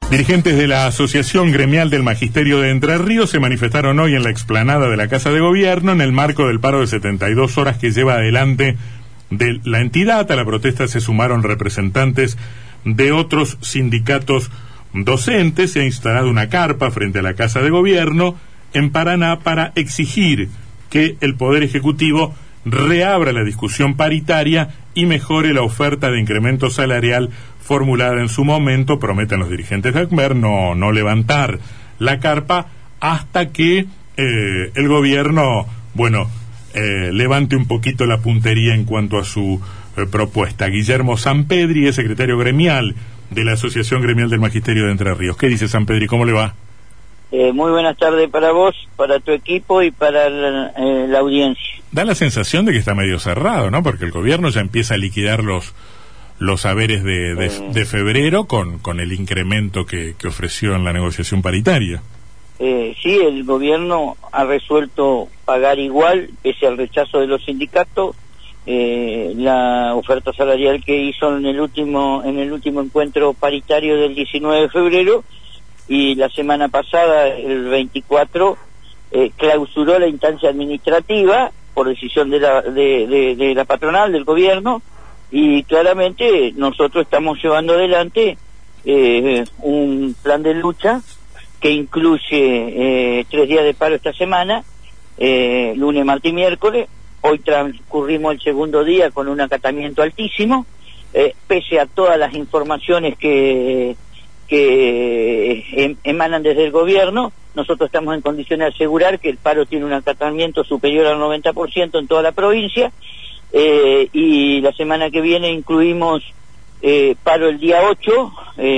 Dirigentes de la Asociación Gremial del Magisterio de Entre Ríos se manifestaron hoy en la explanada de la Casa de Gobierno en el marco del paro de 72 horas que lleva adelante de la entidad. A la protesta se sumaron representantes de otros sindicatos docentes. Se ha instalado una carpa frente a la Casa de Gobierno en Paraná para exigir que el Poder Ejecutivo reabra la discusión paritaria y mejore la oferta de incremento salarial formulada en su momento. Prometen los dirigentes de ACMER no levantar la carpa hasta que el gobierno, levante un poquito la puntería en cuanto a su propuesta. Guillermo Sampedri es secretario gremial de la Asociación Gremial del Magisterio de Entre Ríos. ¿Qué dice Sampedri? ¿Cómo le va? Muy buenas tardes para vos, para tu equipo y para la audiencia. Da la sensación de que está medio cerrado, ¿no? Porque el gobierno ya empieza a liquidar los saberes de febrero con el incremento que ofreció en la negociación paritaria. Sí, el gobierno ha resuelto pagar igual, pese al rechazo de los sindicatos, la oferta salarial que hizo en el último encuentro paritario del 19 de febrero, y la semana pasada, el 24, clausuró la instancia administrativa por decisión de la patronal, del gobierno, y claramente nosotros estamos llevando adelante un plan de lucha que incluye 3 días de paro esta semana, lunes, martes y miércoles. Hoy transcurrimos el segundo día con un acatamiento altísimo, pese a todas las informaciones que emanan desde el gobierno. Nosotros estamos en condiciones de asegurar que el paro tiene un acatamiento superior al 90% en toda la provincia, y la semana que viene incluimos paro el día 8,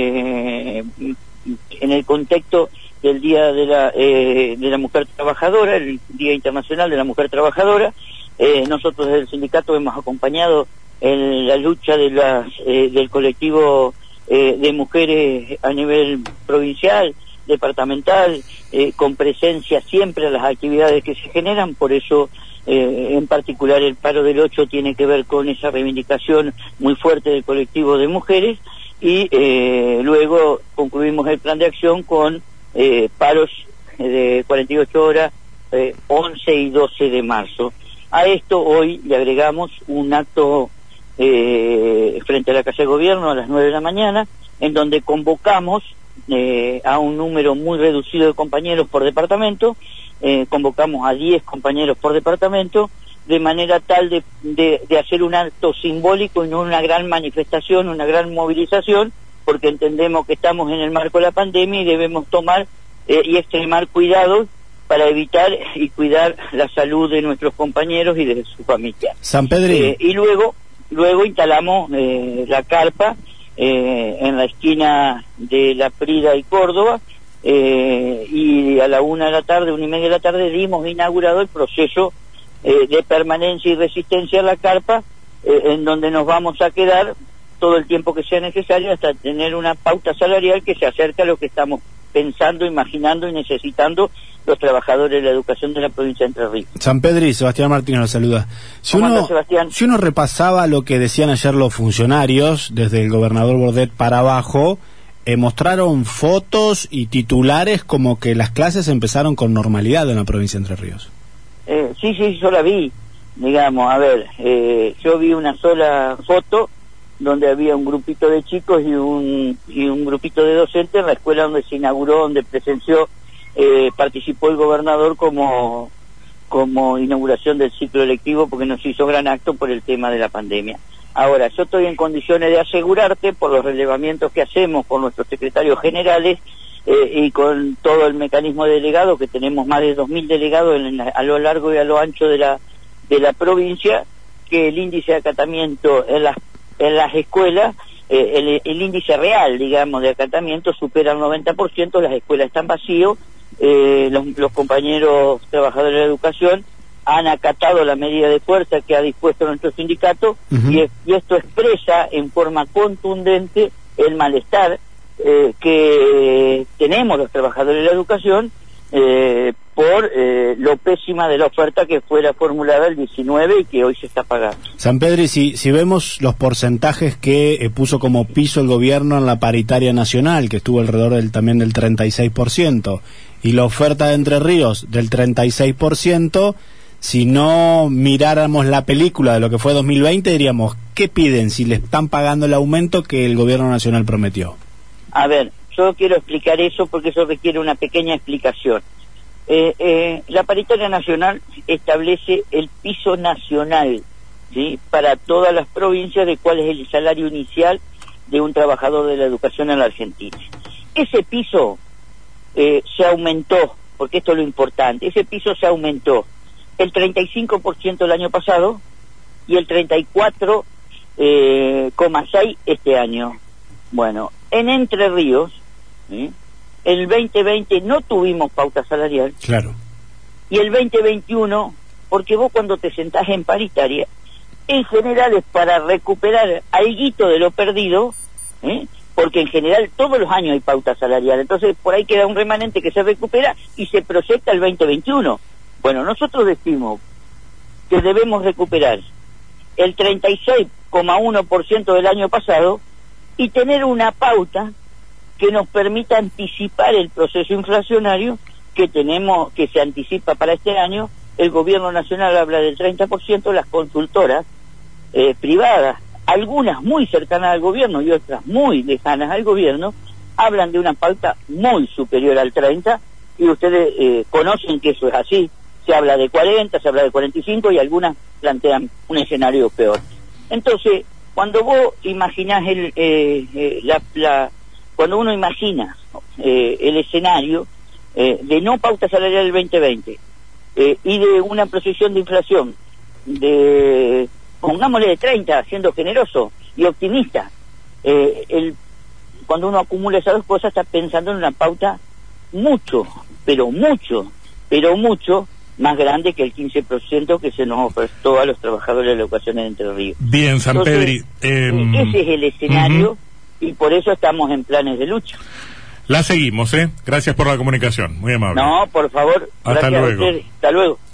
en el contexto del Día de la Mujer Trabajadora, el Día Internacional de la Mujer Trabajadora. Nosotros desde el sindicato hemos acompañado en la lucha del colectivo de mujeres a nivel provincial, departamental, con presencia siempre a las actividades que se generan. Por eso en particular el paro del 8 tiene que ver con esa reivindicación muy fuerte del colectivo de mujeres, y luego concluimos el plan de acción con paros de 48 horas, 11 y 12 de marzo. A esto hoy le agregamos un acto frente a la Casa de Gobierno a las 9 de la mañana, en donde convocamos a un número muy reducido de compañeros por departamento. Convocamos a 10 compañeros por departamento, de manera tal de hacer un acto simbólico y no una gran manifestación, una gran movilización, porque entendemos que estamos en el marco de la pandemia y debemos tomar y extremar cuidados para evitar y cuidar la salud de nuestros compañeros y de su familia. Sampedri. Y luego instalamos la carpa en la esquina de La Prida y Córdoba, y a la 1:30 de la tarde dimos inaugurado el proceso de permanencia y resistencia a la carpa, en donde nos vamos a quedar todo el tiempo que sea necesario hasta tener una pauta salarial que se acerque a lo que estamos pensando, imaginando y necesitando los trabajadores de la educación de la provincia de Entre Ríos. Sampedri, Sebastián Martínez lo saluda. Si uno repasaba lo que decían ayer los funcionarios, desde el gobernador Bordet para abajo, mostraron fotos y titulares como que las clases empezaron con normalidad en la provincia de Entre Ríos. Sí, yo la vi, digamos, yo vi una sola foto donde había un grupito de chicos y un grupito de docentes en la escuela donde se inauguró, donde presenció, participó el gobernador como inauguración del ciclo lectivo, porque nos hizo gran acto por el tema de la pandemia. Ahora, yo estoy en condiciones de asegurarte, por los relevamientos que hacemos con nuestros secretarios generales y con todo el mecanismo de delegados, que tenemos más de 2.000 delegados a lo largo y a lo ancho de la provincia, que el índice de acatamiento en las escuelas, el índice real, digamos, de acatamiento supera el 90%, las escuelas están vacíos, los compañeros trabajadores de la educación han acatado la medida de fuerza que ha dispuesto nuestro sindicato, y esto expresa en forma contundente el malestar que tenemos los trabajadores de la educación por lo pésima de la oferta que fuera formulada el 19 y que hoy se está pagando. Sampedri, si vemos los porcentajes que puso como piso el gobierno en la paritaria nacional, que estuvo alrededor también del 36%, y la oferta de Entre Ríos del 36%, si no miráramos la película de lo que fue 2020, diríamos, ¿qué piden si le están pagando el aumento que el gobierno nacional prometió? A ver, yo quiero explicar eso porque eso requiere una pequeña explicación. La paritaria nacional establece el piso nacional, ¿sí?, para todas las provincias de cuál es el salario inicial de un trabajador de la educación en la Argentina. Ese piso se aumentó, porque esto es lo importante, ese piso se aumentó el 35% el año pasado y el 34,6% este año. Bueno, en Entre Ríos, ¿sí?, el 2020 no tuvimos pauta salarial. Claro. Y el 2021, porque vos cuando te sentás en paritaria, en general es para recuperar alguito de lo perdido, porque en general todos los años hay pauta salarial. Entonces por ahí queda un remanente que se recupera y se proyecta el 2021. Bueno, nosotros decimos que debemos recuperar el 36,1% del año pasado y tener una pauta que nos permita anticipar el proceso inflacionario que tenemos, que se anticipa para este año. El gobierno nacional habla del 30%, las consultoras privadas, algunas muy cercanas al gobierno y otras muy lejanas al gobierno, hablan de una pauta muy superior al 30%, y ustedes conocen que eso es así. Se habla de 40, se habla de 45 y algunas plantean un escenario peor. Entonces, cuando vos imaginás cuando uno imagina el escenario de no pauta salarial del 2020 y de una proyección de inflación de, pongámosle, de 30, siendo generoso y optimista, cuando uno acumula esas dos cosas está pensando en una pauta mucho más grande que el 15% que se nos ofertó a los trabajadores de la educación en Entre Ríos. Bien, Sampedri. Ese es el escenario, y por eso estamos en planes de lucha. La seguimos, Gracias por la comunicación, muy amable. No, por favor. Hasta luego. Hasta luego.